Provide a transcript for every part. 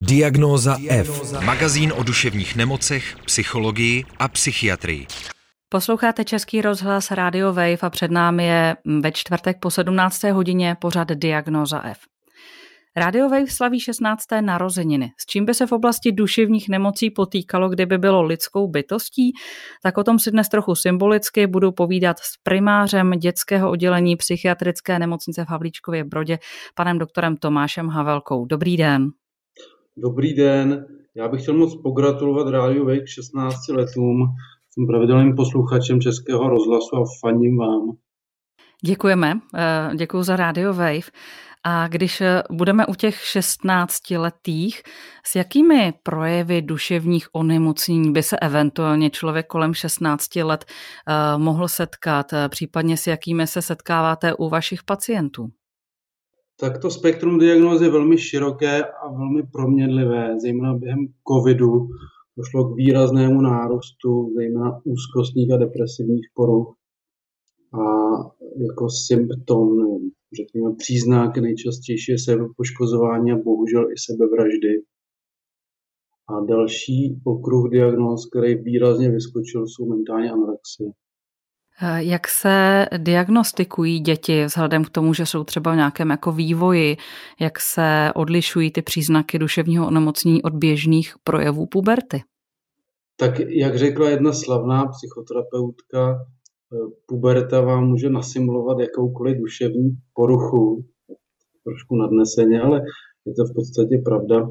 Diagnóza F. Magazín o duševních nemocech, psychologii a psychiatrii. Posloucháte Český rozhlas Radio Wave a před námi je ve čtvrtek po 17. hodině pořad Diagnóza F. Radio Wave slaví 16. narozeniny. S čím by se v oblasti duševních nemocí potýkalo, kdyby bylo lidskou bytostí? Tak o tom si dnes trochu symbolicky budu povídat s primářem dětského oddělení psychiatrické nemocnice v Havlíčkově Brodě, panem doktorem Tomášem Havelkou. Dobrý den. Dobrý den. Já bych chtěl moc pogratulovat Radio Wave k 16 letům. Jsem pravidelným posluchačem Českého rozhlasu a fandím vám. Děkujeme. Děkuji za Radio Wave. A když budeme u těch 16letých, s jakými projevy duševních onemocnění by se eventuálně člověk kolem 16 let mohl setkat, případně s jakými se setkáváte u vašich pacientů? Tak to spektrum diagnóz je velmi široké a velmi proměnlivé. Zejména během covidu došlo k výraznému nárůstu zejména úzkostných a depresivních poruch. A jako symptom, řekněme příznak nejčastější je sebepoškozování a bohužel i sebevraždy. A další okruh diagnóz, který výrazně vyskočil, jsou mentální anorexie. Jak se diagnostikují děti vzhledem k tomu, že jsou třeba v nějakém jako vývoji? Jak se odlišují ty příznaky duševního onemocnění od běžných projevů puberty? Tak jak řekla jedna slavná psychoterapeutka, puberta vám může nasimulovat jakoukoliv duševní poruchu. Trošku nadneseně, ale je to v podstatě pravda.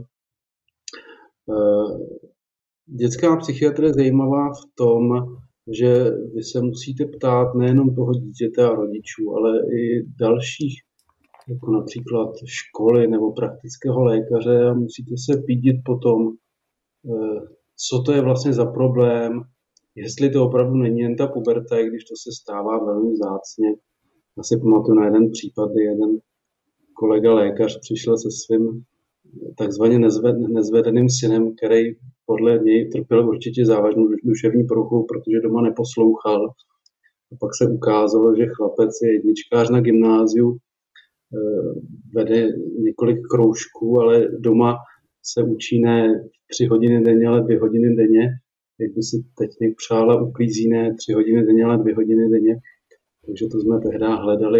Dětská psychiatrie je zajímavá v tom, že vy se musíte ptát nejenom toho dítěte a rodičů, ale i dalších, jako například školy nebo praktického lékaře, a musíte se pídit po tom, co to je vlastně za problém, jestli to opravdu není jen ta puberta, i když to se stává velmi vzácně. Já si pamatuju na jeden případ, kdy jeden kolega lékař přišel se svým takzvaně nezvedeným synem, který podle něj trpěl určitě závažnou duševní poruchou, protože doma neposlouchal. A pak se ukázalo, že chlapec je jedničkář na gymnáziu, vede několik kroužků, ale doma se učí ne 3 hodiny denně, ale 2 hodiny denně. Jak by si technik přála, uklízí ne 3 hodiny denně, ale 2 hodiny denně. Takže to jsme tehdy hledali,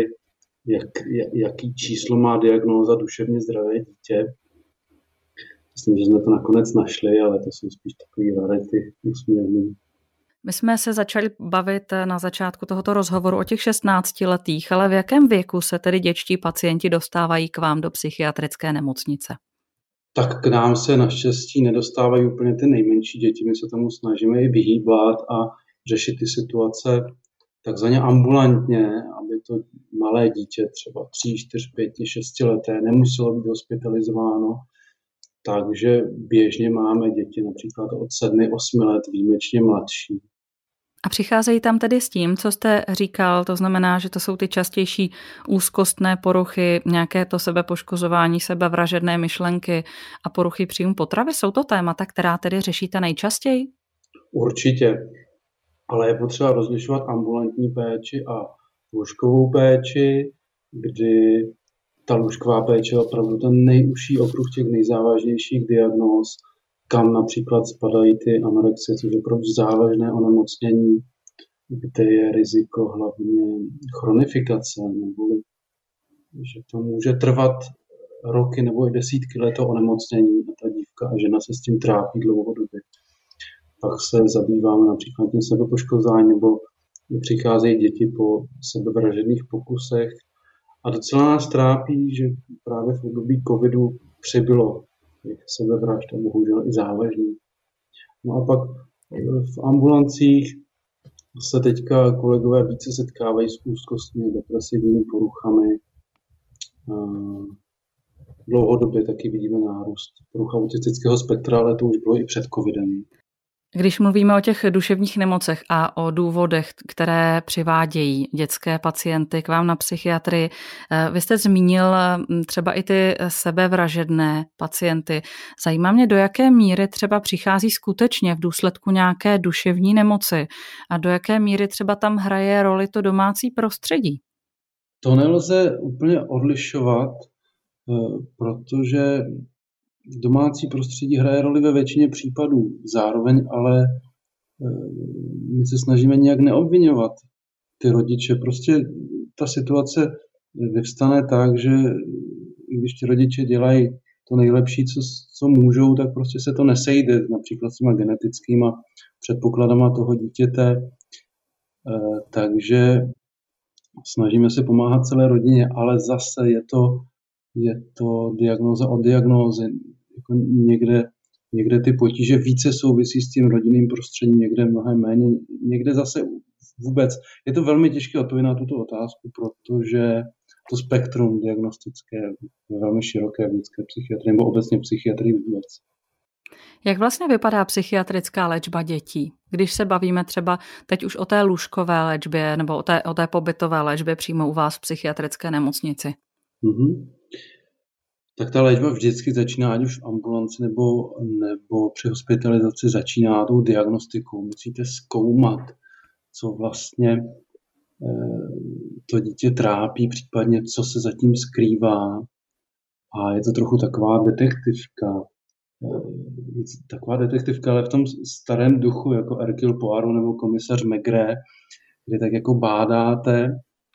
jaký číslo má diagnóza duševně zdravé dítě. Myslím, že jsme to nakonec našli, ale to jsou spíš takový rarity úsměvný. My jsme se začali bavit na začátku tohoto rozhovoru o těch 16letých, ale v jakém věku se tedy dětští pacienti dostávají k vám do psychiatrické nemocnice? Tak k nám se naštěstí nedostávají úplně ty nejmenší děti. My se tomu snažíme i vyhýbat a řešit ty situace takzvaně ambulantně, aby to malé dítě, třeba 3, 4, 5, 6 leté, nemuselo být hospitalizováno. Takže běžně máme děti například od 7, 8 let, výjimečně mladší. A přicházejí tam tedy s tím, co jste říkal, to znamená, že to jsou ty častější úzkostné poruchy, nějaké to sebepoškozování, sebevražedné myšlenky a poruchy příjmu potravy. Jsou to témata, která tedy řešíte nejčastěji? Určitě, ale je potřeba rozlišovat ambulantní péči a lůžkovou péči, kdy ta lůžková péče je opravdu ten nejužší okruh těch nejzávažnějších diagnóz, kam například spadají ty anorexie, což je opravdu závažné onemocnění, kde je riziko hlavně chronifikace, neboli že to může trvat roky nebo i desítky let to onemocnění a ta dívka a žena se s tím trápí dlouhodobě. Pak se zabýváme například tím sebepoškozováním, nebo přicházejí děti po sebevražedných pokusech. A docela nás trápí, že právě v období covidu přibylo těch sebevražd a bohužel i závažných. No a pak v ambulancích se teďka kolegové více setkávají s úzkostmi, depresivními poruchami. Dlouhodobě taky vidíme nárůst poruch autistického spektra, ale to už bylo i před covidem. Když mluvíme o těch duševních nemocech a o důvodech, které přivádějí dětské pacienty k vám na psychiatrii, vy jste zmínil třeba i ty sebevražedné pacienty. Zajímá mě, do jaké míry třeba přichází skutečně v důsledku nějaké duševní nemoci a do jaké míry třeba tam hraje roli to domácí prostředí. To nelze úplně odlišovat, protože domácí prostředí hraje roli ve většině případů. Zároveň ale my se snažíme nějak neobvinovat ty rodiče. Prostě ta situace vyvstane tak, že když ti rodiče dělají to nejlepší, co můžou, tak prostě se to nesejde například s těma genetickýma předpokladama toho dítěte. Takže snažíme se pomáhat celé rodině, ale zase je to diagnóza od diagnózy. Jako někde ty potíže více souvisí s tím rodinným prostředím, někde mnohem méně, někde zase vůbec. Je to velmi těžké odpovědět na tuto otázku, protože to spektrum diagnostické je velmi široké v dětské psychiatrii nebo obecně psychiatrii vůbec. Jak vlastně vypadá psychiatrická léčba dětí? Když se bavíme třeba teď už o té lůžkové léčbě nebo o té pobytové léčbě přímo u vás v psychiatrické nemocnici. Tak ta léčba vždycky začíná, ať už v ambulanci nebo při hospitalizaci začíná tou diagnostikou. Musíte zkoumat, co vlastně to dítě trápí, případně co se zatím skrývá. A je to trochu taková detektivka, ale v tom starém duchu, jako Hercule Poirot nebo komisař Maigret, kde tak jako bádáte,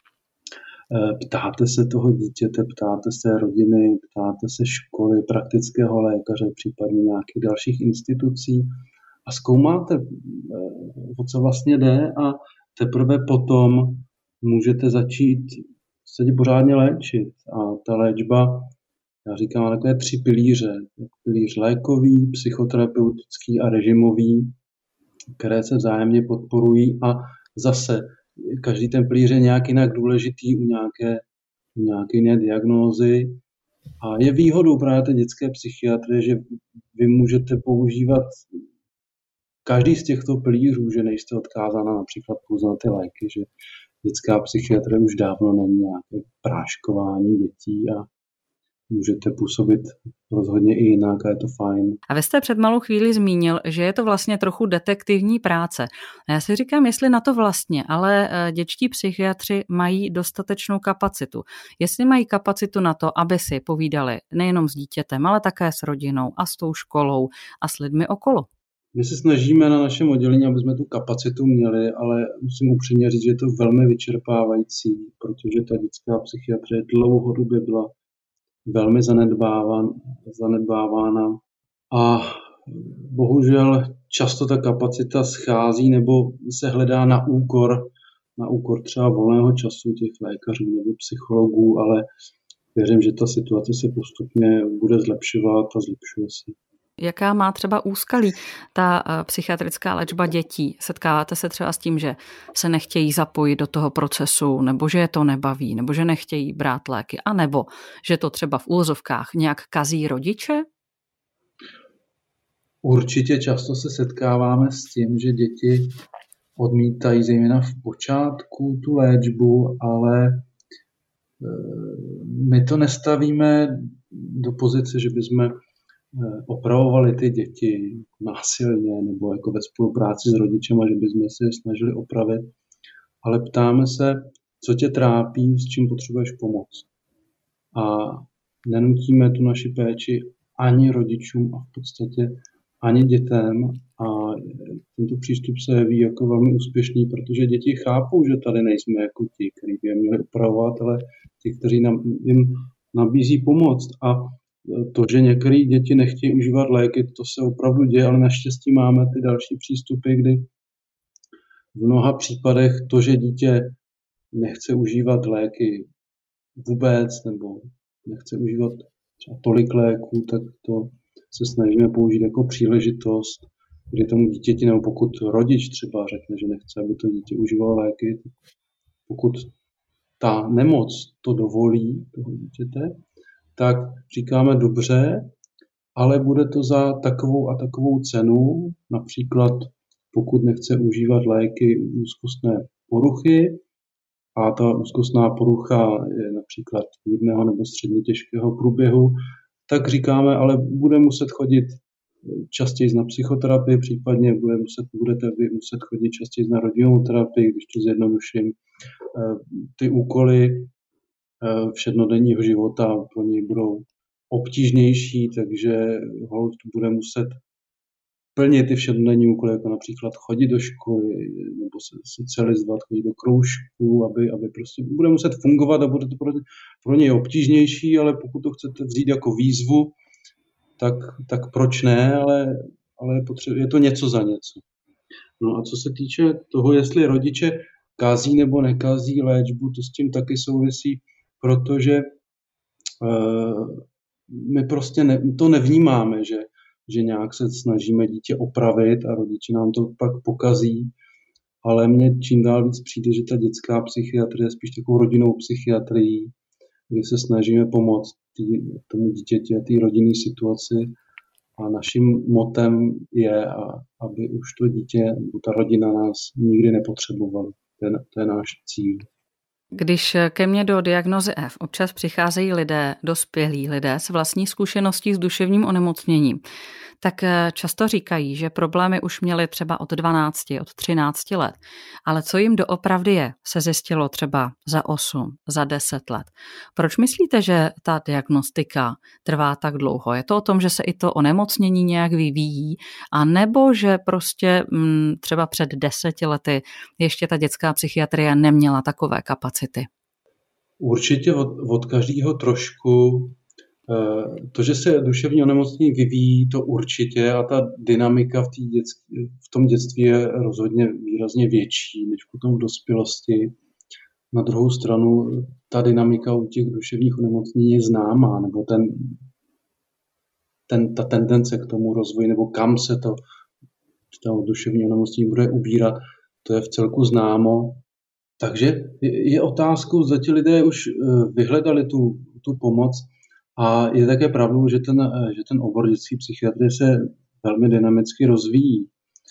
ptáte se toho dítěte, ptáte se rodiny, ptáte se školy, praktického lékaře, případně nějakých dalších institucí a zkoumáte, o co vlastně jde a teprve potom můžete začít se pořádně léčit. A ta léčba, já říkám, takové 3 pilíře. Pilíř lékový, psychoterapeutický a režimový, které se vzájemně podporují a zase každý ten pilíř je nějak jinak důležitý u nějaké jiné diagnózy. A je výhodou právě té dětské psychiatrie, že vy můžete používat každý z těchto pilířů, že nejste odkázána například pouze na ty léky, že dětská psychiatrie už dávno není nějaké práškování dětí a můžete působit rozhodně i jinak a je to fajn. A vy jste před malou chvíli zmínil, že je to vlastně trochu detektivní práce. A já si říkám, jestli na to vlastně, ale dětští psychiatři mají dostatečnou kapacitu. Jestli mají kapacitu na to, aby si povídali nejenom s dítětem, ale také s rodinou a s tou školou a s lidmi okolo. My se snažíme na našem oddělení, aby jsme tu kapacitu měli, ale musím upřímně říct, že je to velmi vyčerpávající, protože ta dětská psychiatrie dlouhodobě byla velmi zanedbávána a bohužel často ta kapacita schází nebo se hledá na úkor třeba volného času těch lékařů nebo psychologů, ale věřím, že ta situace se postupně bude zlepšovat a zlepšuje se. Jaká má třeba úskalí ta psychiatrická léčba dětí? Setkáváte se třeba s tím, že se nechtějí zapojit do toho procesu, nebo že je to nebaví, nebo že nechtějí brát léky, anebo že to třeba v úvozovkách nějak kazí rodiče? Určitě často se setkáváme s tím, že děti odmítají zejména v počátku tu léčbu, ale my to nestavíme do pozice, že bychom opravovali ty děti násilně nebo jako ve spolupráci s rodičem, že bychom se je snažili opravit, ale ptáme se, co tě trápí, s čím potřebuješ pomoc. A nenutíme tu naši péči ani rodičům a v podstatě ani dětem a tento přístup se jeví jako velmi úspěšný, protože děti chápou, že tady nejsme jako ti, kteří by je měli opravovat, ale ti, kteří jim nabízí pomoc. A to, že některé děti nechtějí užívat léky, to se opravdu děje, ale naštěstí máme ty další přístupy, kdy v mnoha případech to, že dítě nechce užívat léky vůbec nebo nechce užívat třeba tolik léků, tak to se snažíme použít jako příležitost, kdy tomu dítěti, nebo pokud rodič třeba řekne, že nechce, aby to dítě užívalo léky, tak pokud ta nemoc to dovolí toho dítěte, tak říkáme dobře, ale bude to za takovou a takovou cenu, například pokud nechce užívat léky úzkostné poruchy a ta úzkostná porucha je například mírného nebo středně těžkého průběhu, tak říkáme, ale bude muset chodit častěji na psychoterapii, případně budete muset chodit častěji na rodinnou terapii, když to zjednoduším. Ty úkoly všednodenního života pro něj budou obtížnější, takže holt bude muset plnit ty všednodenní úkoly, jako například chodit do školy, nebo se socializovat, chodit do kroužků, aby prostě bude muset fungovat a bude to pro něj obtížnější, ale pokud to chcete vzít jako výzvu, tak proč ne, ale je to něco za něco. No a co se týče toho, jestli rodiče kazí nebo nekazí léčbu, to s tím taky souvisí, protože my prostě to nevnímáme, že nějak se snažíme dítě opravit a rodiče nám to pak pokazí, ale mně čím dál víc přijde, že ta dětská psychiatrie je spíš takovou rodinnou psychiatrií, kdy se snažíme pomoct tomu dítěti a té rodinné situaci a naším motem je, aby už to dítě nebo ta rodina nás nikdy nepotřebovala. To je náš cíl. Když ke mně do diagnózy F občas přicházejí lidé, dospělí lidé s vlastní zkušeností s duševním onemocněním, tak často říkají, že problémy už měli třeba od 12, od 13 let, ale co jim doopravdy je, se zjistilo třeba za 8, za 10 let. Proč myslíte, že ta diagnostika trvá tak dlouho? Je to o tom, že se i to onemocnění nějak vyvíjí, a nebo že prostě třeba před 10 lety ještě ta dětská psychiatrie neměla takové kapacity? Určitě od každého trošku. To, že se duševní onemocnění vyvíjí, to určitě, a ta dynamika v tom dětství je rozhodně výrazně větší než potom v dospělosti. Na druhou stranu ta dynamika u těch duševních onemocnění je známá, nebo ta tendence k tomu rozvoji, nebo kam se to duševní onemocnění bude ubírat, to je v celku známo. Takže je otázkou, zda ti lidé už vyhledali tu pomoc. A je také pravdou, že ten obor dětské psychiatrie se velmi dynamicky rozvíjí.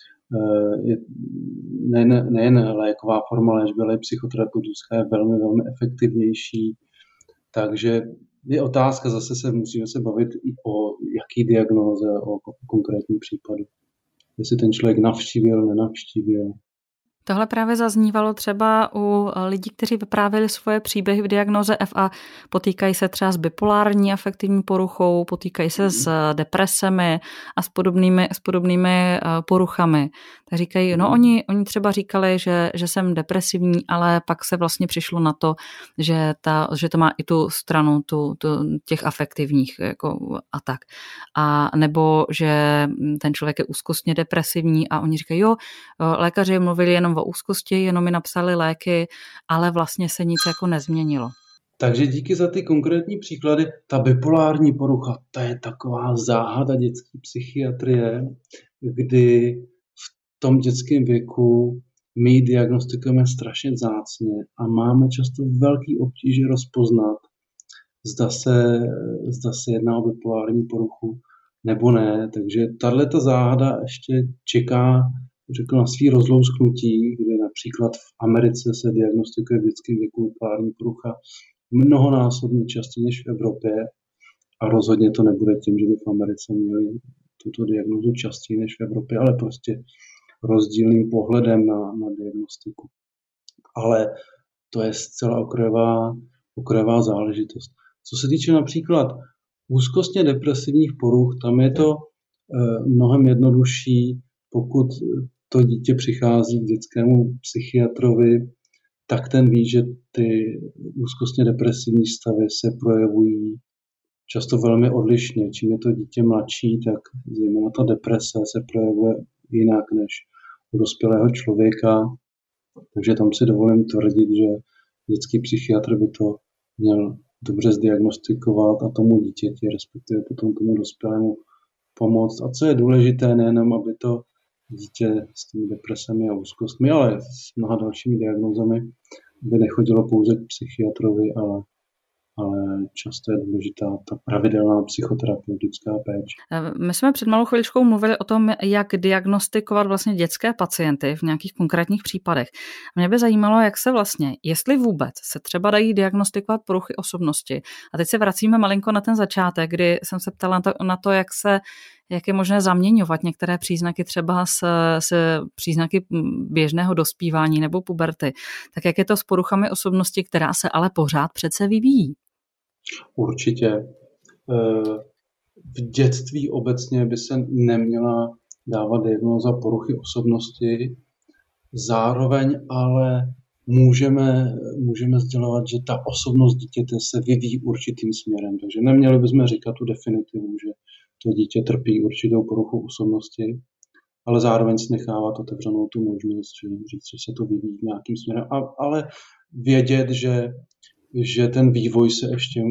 Nejen léková forma léčby, ale i psychoterapeutická je velmi, velmi efektivnější. Takže je otázka, zase musíme se bavit i o jaký diagnóze, o konkrétním případu. Jestli ten člověk navštívil, nenavštívil. Tohle právě zaznívalo třeba u lidí, kteří vyprávěli svoje příběhy v diagnoze F a potýkají se třeba s bipolární afektivní poruchou, potýkají se s depresemi a s podobnými poruchami. Tak říkají, oni třeba říkali, že jsem depresivní, ale pak se vlastně přišlo na to, že to má i tu stranu těch afektivních jako a tak. A nebo že ten člověk je úzkostně depresivní a oni říkají, lékaři mluvili jenom o úzkosti, jenom mi napsali léky, ale vlastně se nic jako nezměnilo. Takže díky za ty konkrétní příklady. Ta bipolární porucha, to je taková záhada dětské psychiatrie, kdy v tom dětském věku my ji diagnostikujeme strašně vzácně a máme často velký obtíže rozpoznat, zda se jedná o bipolární poruchu nebo ne. Takže tato záhada ještě čeká, řekl, na svý rozlousknutí, kde například v Americe se diagnostikuje v dětském věku bipolární porucha mnohonásobně častěji než v Evropě a rozhodně to nebude tím, že by v Americe měli tuto diagnózu častěji než v Evropě, ale prostě rozdílným pohledem na diagnostiku. Ale to je zcela okrajová záležitost. Co se týče například úzkostně depresivních poruch, tam je to mnohem jednodušší. Pokud to dítě přichází k dětskému psychiatrovi, tak ten ví, že ty úzkostně depresivní stavy se projevují často velmi odlišně. Čím je to dítě mladší, tak zejména ta deprese se projevuje jinak než u dospělého člověka. Takže tam si dovolím tvrdit, že dětský psychiatr by to měl dobře zdiagnostikovat a tomu dítěti, respektive potom tomu dospělému pomoct. A co je důležité, nejenom aby to dítě s těmi depresemi a úzkostmi, ale s mnoha dalšími diagnózami, by nechodilo pouze k psychiatrovi, ale často je důležitá ta pravidelná psychoterapeutická péče. My jsme před malou chviličkou mluvili o tom, jak diagnostikovat vlastně dětské pacienty v nějakých konkrétních případech. Mě by zajímalo, jak se vlastně, jestli vůbec se třeba dají diagnostikovat poruchy osobnosti. A teď se vracíme malinko na ten začátek, kdy jsem se ptala na to, jak je možné zaměňovat některé příznaky třeba s příznaky běžného dospívání nebo puberty. Tak jak je to s poruchami osobnosti, která se ale pořád přece vyvíjí? Určitě. v dětství obecně by se neměla dávat diagnóza poruchy osobnosti. Zároveň ale můžeme sdělovat, že ta osobnost dítěte se vyvíjí určitým směrem. Takže neměli bychom říkat tu definitivu, že to dítě trpí určitou poruchou osobnosti, ale zároveň si nechávat otevřenou tu možnost, že říct, že se to vyvíjí nějakým směrem. Ale vědět, že ten vývoj se ještě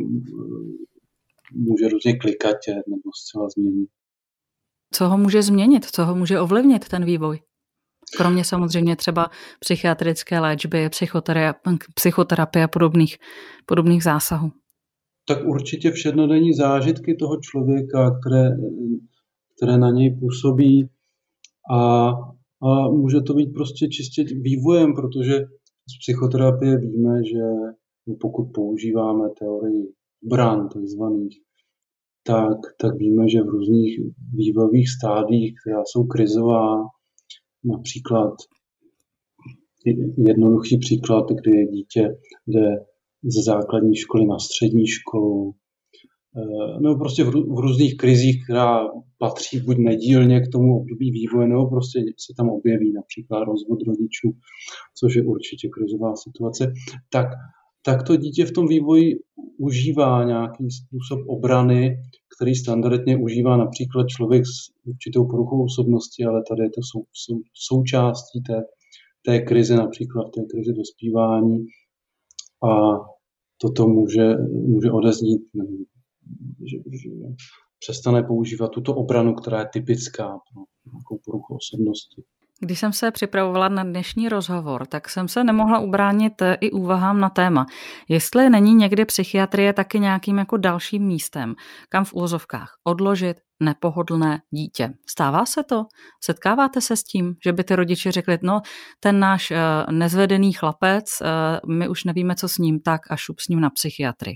může různě klikatět nebo zcela změnit. Co ho může změnit? Co ho může ovlivnit ten vývoj? Kromě samozřejmě třeba psychiatrické léčby, psychoterapie a podobných zásahů. Tak určitě všednodenní zážitky toho člověka, které na něj působí a může to být prostě čistě vývojem, protože z psychoterapie víme, že pokud používáme teorii bran takzvaných, tak víme, že v různých vývojových stádiích, která jsou krizová, například jednoduchý příklad, kdy dítě jde ze základní školy na střední školu, nebo prostě v různých krizích, která patří buď nedílně k tomu období vývoje, nebo prostě se tam objeví například rozvod rodičů, což je určitě krizová situace, tak to dítě v tom vývoji užívá nějaký způsob obrany, který standardně užívá například člověk s určitou poruchou osobnosti, ale tady je to součástí té krize, například té krize dospívání. A toto může odeznít, že přestane používat tuto obranu, která je typická pro nějakou poruchu osobnosti. Když jsem se připravovala na dnešní rozhovor, tak jsem se nemohla ubránit i úvahám na téma, jestli není někdy psychiatrie taky nějakým jako dalším místem, kam v úvozovkách odložit nepohodlné dítě. Stává se to? Setkáváte se s tím, že by ty rodiče řekli, no ten náš nezvedený chlapec, my už nevíme, co s ním, tak a šup s ním na psychiatrii.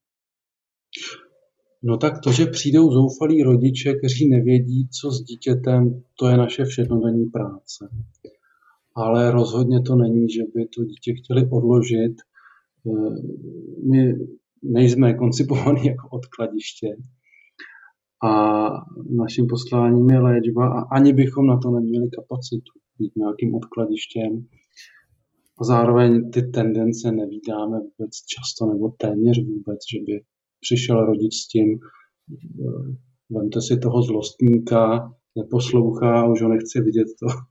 No tak to, že přijdou zoufalí rodiče, kteří nevědí, co s dítětem, to je naše všednodenní práce. Ale rozhodně to není, že by to dítě chtěli odložit. My nejsme koncipovaní jako odkladiště. A naším posláním je léčba a ani bychom na to neměli kapacitu být nějakým odkladištěm. A zároveň ty tendence nevídáme vůbec často nebo téměř vůbec, že by přišel rodič s tím, vemte si toho zlostníka, neposlouchá, už ho nechce vidět,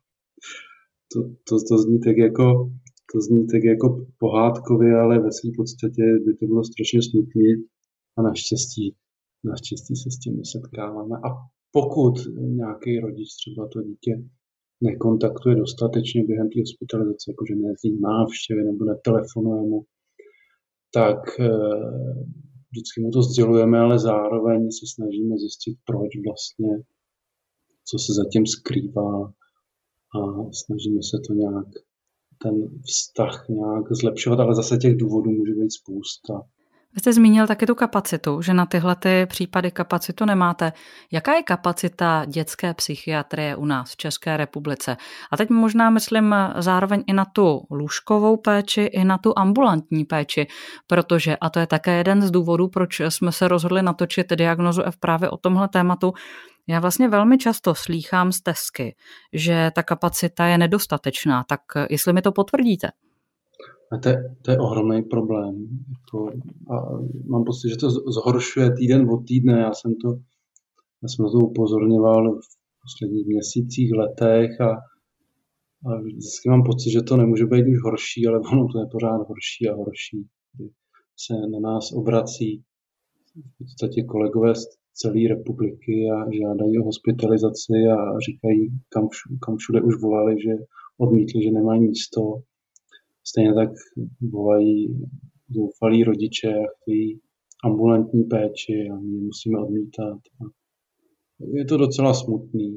to zní tak jako pohádkově, ale ve své podstatě by to bylo strašně smutné a naštěstí se s tím nesetkáváme. A pokud nějaký rodič třeba to dítě nekontaktuje dostatečně během té hospitalizace, jakože nejezdí návštěvy nebo netelefonuje mu, tak vždycky mu to sdělujeme, ale zároveň se snažíme zjistit, proč vlastně, co se zatím skrývá a snažíme se to nějak, ten vztah nějak zlepšovat, ale zase těch důvodů může být spousta. Vy jste zmínil taky tu kapacitu, že na tyhle ty případy kapacitu nemáte. Jaká je kapacita dětské psychiatrie u nás v České republice? A teď možná myslím zároveň i na tu lůžkovou péči, i na tu ambulantní péči, protože, a to je také jeden z důvodů, proč jsme se rozhodli natočit Diagnózu F právě o tomhle tématu, já vlastně velmi často slýchám z stesky, že ta kapacita je nedostatečná, tak jestli mi to potvrdíte? A to je ohromný problém. A mám pocit, že to zhoršuje týden od týdne. Já jsem na to upozorňoval v posledních měsících, letech a vždycky mám pocit, že to nemůže být už horší, ale ono to je pořád horší a horší. Kdy se na nás obrací v podstatě kolegové z celé republiky a žádají o hospitalizaci a říkají, kam všude už volali, že odmítli, že nemají místo. Stejně tak volají zoufalí rodiče a chtějí ambulantní péči a my musíme odmítat. Je to docela smutný.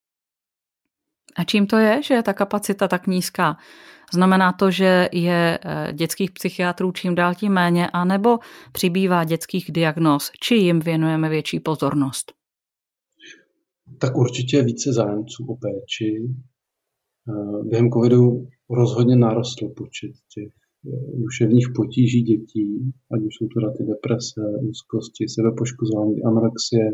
A čím to je, že je ta kapacita tak nízká? Znamená to, že je dětských psychiatrů čím dál tím méně, anebo přibývá dětských diagnóz, či jim věnujeme větší pozornost? Tak určitě více zájemců o péči. Během covidu rozhodně narostl počet těch duševních potíží dětí, ať už jsou teda ty deprese, úzkosti, sebepoškozování, anorexie.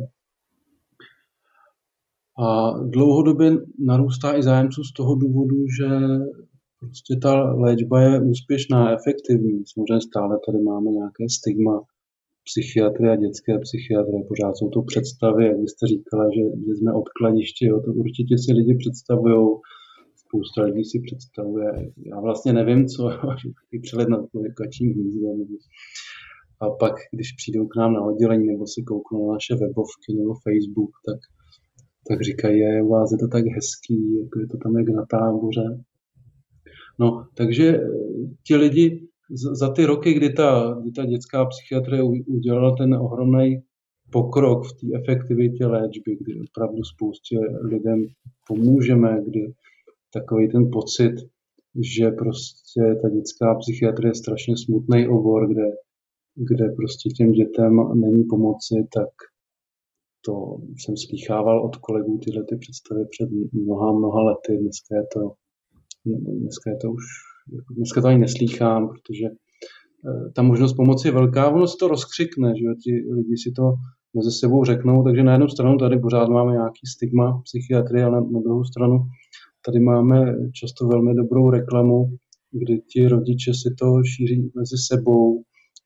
A dlouhodobě narůstá i zájemců z toho důvodu, že prostě ta léčba je úspěšná, efektivní. Samozřejmě stále tady máme nějaké stigma psychiatrie a dětské psychiatrie. Pořád jsou to představy, jak byste říkala, že jsme odkladiště. Jo. To určitě si lidi představují. Spousta lidí si představuje. Já vlastně nevím, co je přelet nad kačím hnízdem. A pak, když přijdou k nám na oddělení nebo si kouknou na naše webovky nebo Facebook, tak říkají, u vás je to tak hezký, jako je to tam jak na táboře. No, takže ti lidi za ty roky, kdy ta dětská psychiatrie udělala ten ohromný pokrok v té efektivitě léčby, kdy opravdu spoustě lidem pomůžeme, kdy takový ten pocit, že prostě ta dětská psychiatrie je strašně smutný obor, kde prostě těm dětem není pomoci, tak to jsem slýchával od kolegů tyhle ty představy před mnoha lety. Dneska to ani neslýchám, protože ta možnost pomoci je velká, ono se to rozkřikne, že ti lidi si to mezi sebou řeknou, takže na jednu stranu tady pořád máme nějaký stigma psychiatrie, ale na druhou stranu tady máme často velmi dobrou reklamu, kdy ti rodiče si to šíří mezi sebou,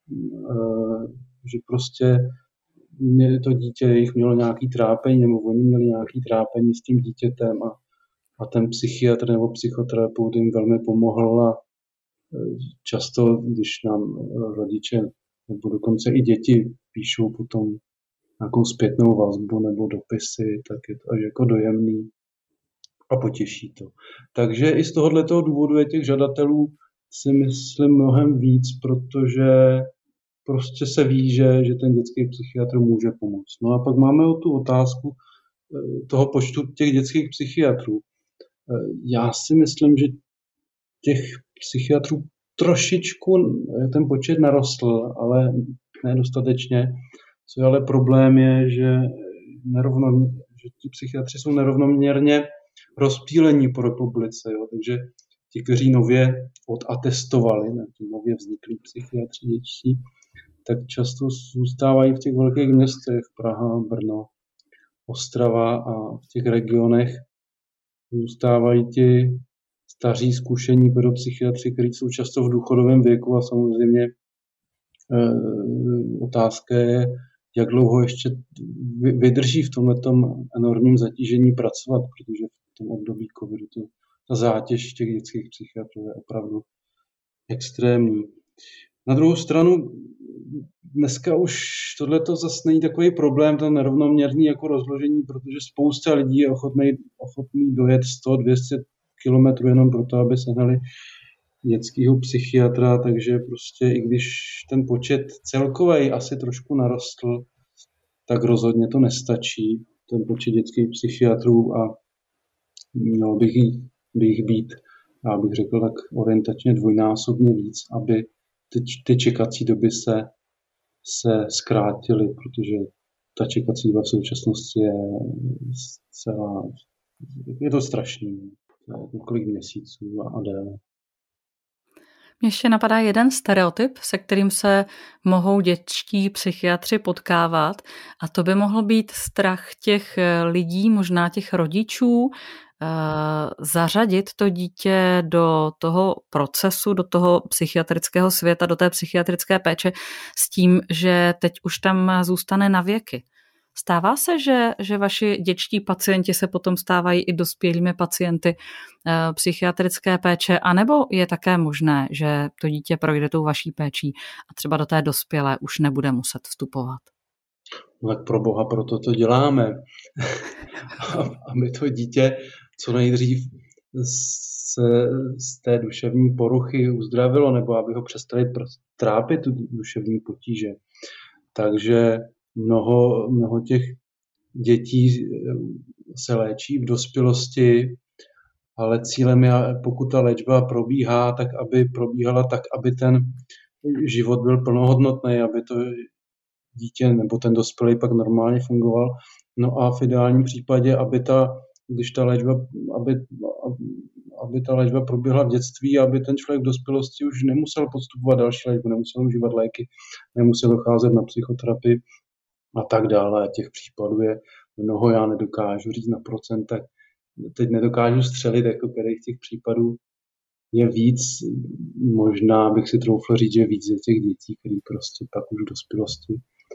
že prostě to dítě jich mělo nějaký trápení, nebo oni měli nějaký trápení s tím dítětem a ten psychiatr nebo psychoterapeut jim velmi pomohl a často, když nám rodiče nebo dokonce i děti píšou potom nějakou zpětnou vazbu nebo dopisy, tak je to až jako dojemný a potěší to. Takže i z tohoto důvodu je těch žadatelů si myslím mnohem víc, protože prostě se ví, že ten dětský psychiatr může pomoct. No a pak máme tu otázku toho počtu těch dětských psychiatrů. Já si myslím, že těch psychiatrů trošičku ten počet narostl, ale nedostatečně. Co je ale problém je, že ti psychiatři jsou nerovnoměrně rozptýlení po republice. Jo? Takže ti, kteří nově odatestovali, ti nově vzniklí psychiatři dětští, tak často zůstávají v těch velkých městech, Praha, Brno, Ostrava, a v těch regionech zůstávají ti staří zkušení pedopsychiatři, kteří jsou často v důchodovém věku a samozřejmě otázka je, jak dlouho ještě vydrží v tomhletom enormním zatížení pracovat, protože v tom období covidu ta zátěž těch dětských psychiatrů je opravdu extrémní. Na druhou stranu dneska už tohleto zase není takový problém, to nerovnoměrný jako rozložení, protože spousta lidí je ochotný dojet 100-200 kilometrů jenom proto, aby sehnali dětského psychiatra, takže prostě i když ten počet celkový asi trošku narostl, tak rozhodně to nestačí, ten počet dětských psychiatrů, a mělo by jich být, já bych řekl tak orientačně dvojnásobně víc, aby ty čekací doby se zkrátily, protože ta čekací doba v současnosti je to strašný, několik měsíců a déle. Mně ještě napadá jeden stereotyp, se kterým se mohou dětští psychiatři potkávat, a to by mohl být strach těch lidí, možná těch rodičů, zařadit to dítě do toho procesu, do toho psychiatrického světa, do té psychiatrické péče s tím, že teď už tam zůstane na věky. Stává se, že vaši dětští pacienti se potom stávají i dospělými pacienty psychiatrické péče, anebo je také možné, že to dítě projde tou vaší péčí a třeba do té dospělé už nebude muset vstupovat? No tak pro Boha, proto to děláme. Aby to dítě co nejdřív se z té duševní poruchy uzdravilo, nebo aby ho přestali trápit tu duševní potíže. Takže mnoho těch dětí se léčí v dospělosti, ale cílem je, pokud ta léčba probíhá, tak aby probíhala tak, aby ten život byl plnohodnotný, aby to dítě nebo ten dospělý pak normálně fungoval. No a v ideálním případě, když ta léčba, aby ta léčba proběhla v dětství, aby ten člověk v dospělosti už nemusel podstupovat další léčbu, nemusel užívat léky, nemusel docházet na psychoterapii a tak dále. Těch případů je mnoho, já nedokážu říct na procentech. Teď nedokážu střelit, jako kterých těch případů je víc. Možná bych si troufl říct, že víc je těch dětí, který prostě pak už v dospělosti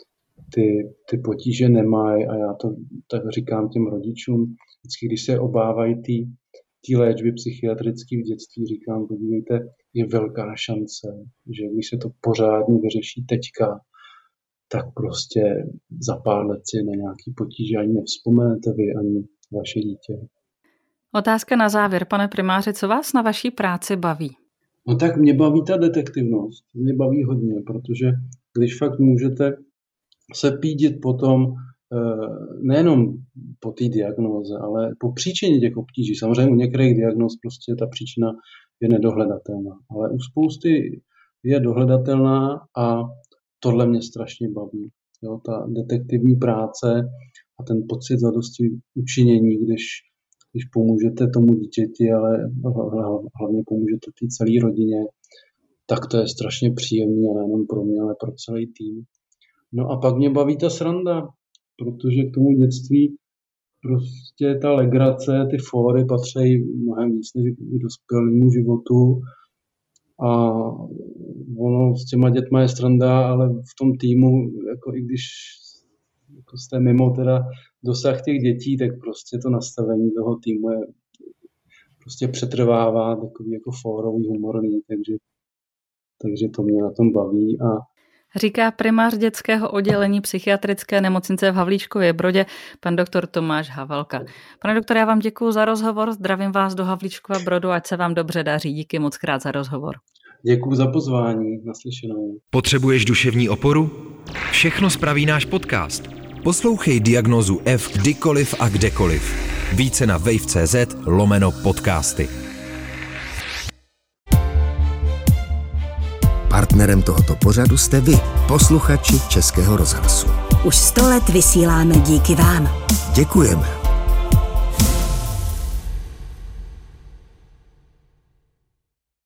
ty potíže nemají, a já to tak říkám těm rodičům, vždycky, když se obávají té léčby psychiatrické v dětství, říkám, podívejte, je velká šance, že když se to pořádně vyřeší teďka, tak prostě za pár let si na nějaký potíže ani nevzpomenete vy, ani vaše dítě. Otázka na závěr, pane primáři, co vás na vaší práci baví? No tak mě baví ta detektivnost, mě baví hodně, protože když fakt můžete se pídit potom nejenom po té diagnóze, ale po příčině těch obtíží. Samozřejmě u některých diagnóz prostě ta příčina je nedohledatelná, ale u spousty je dohledatelná a tohle mě strašně baví. Jo, ta detektivní práce a ten pocit zadosti učinění, když pomůžete tomu dítěti, ale hlavně pomůžete té celé rodině, tak to je strašně příjemný, a nejenom pro mě, ale pro celý tým. No a pak mě baví ta sranda, protože k tomu dětství prostě ta legrace, ty fóry patří mnohem víc než k dospělému životu. A ono s těma dětma je sranda, ale v tom týmu, jako i když jako jste mimo teda dosah těch dětí, tak prostě to nastavení toho týmu je prostě přetrvává takový jako fórový, humorný, takže to mě na tom baví. A říká primář dětského oddělení psychiatrické nemocnice v Havlíčkově Brodě, pan doktor Tomáš Havelka. Pane doktore, já vám děkuji za rozhovor, zdravím vás do Havlíčkova Brodu, ať se vám dobře daří. Díky moc krát za rozhovor. Děkuji za pozvání, naslyšenou. Potřebuješ duševní oporu? Všechno spraví náš podcast. Poslouchej Diagnózu F kdykoliv a kdekoliv. Více na wave.cz/podcasty. Partnerem tohoto pořadu jste vy, posluchači Českého rozhlasu. Už 100 let vysíláme díky vám. Děkujeme.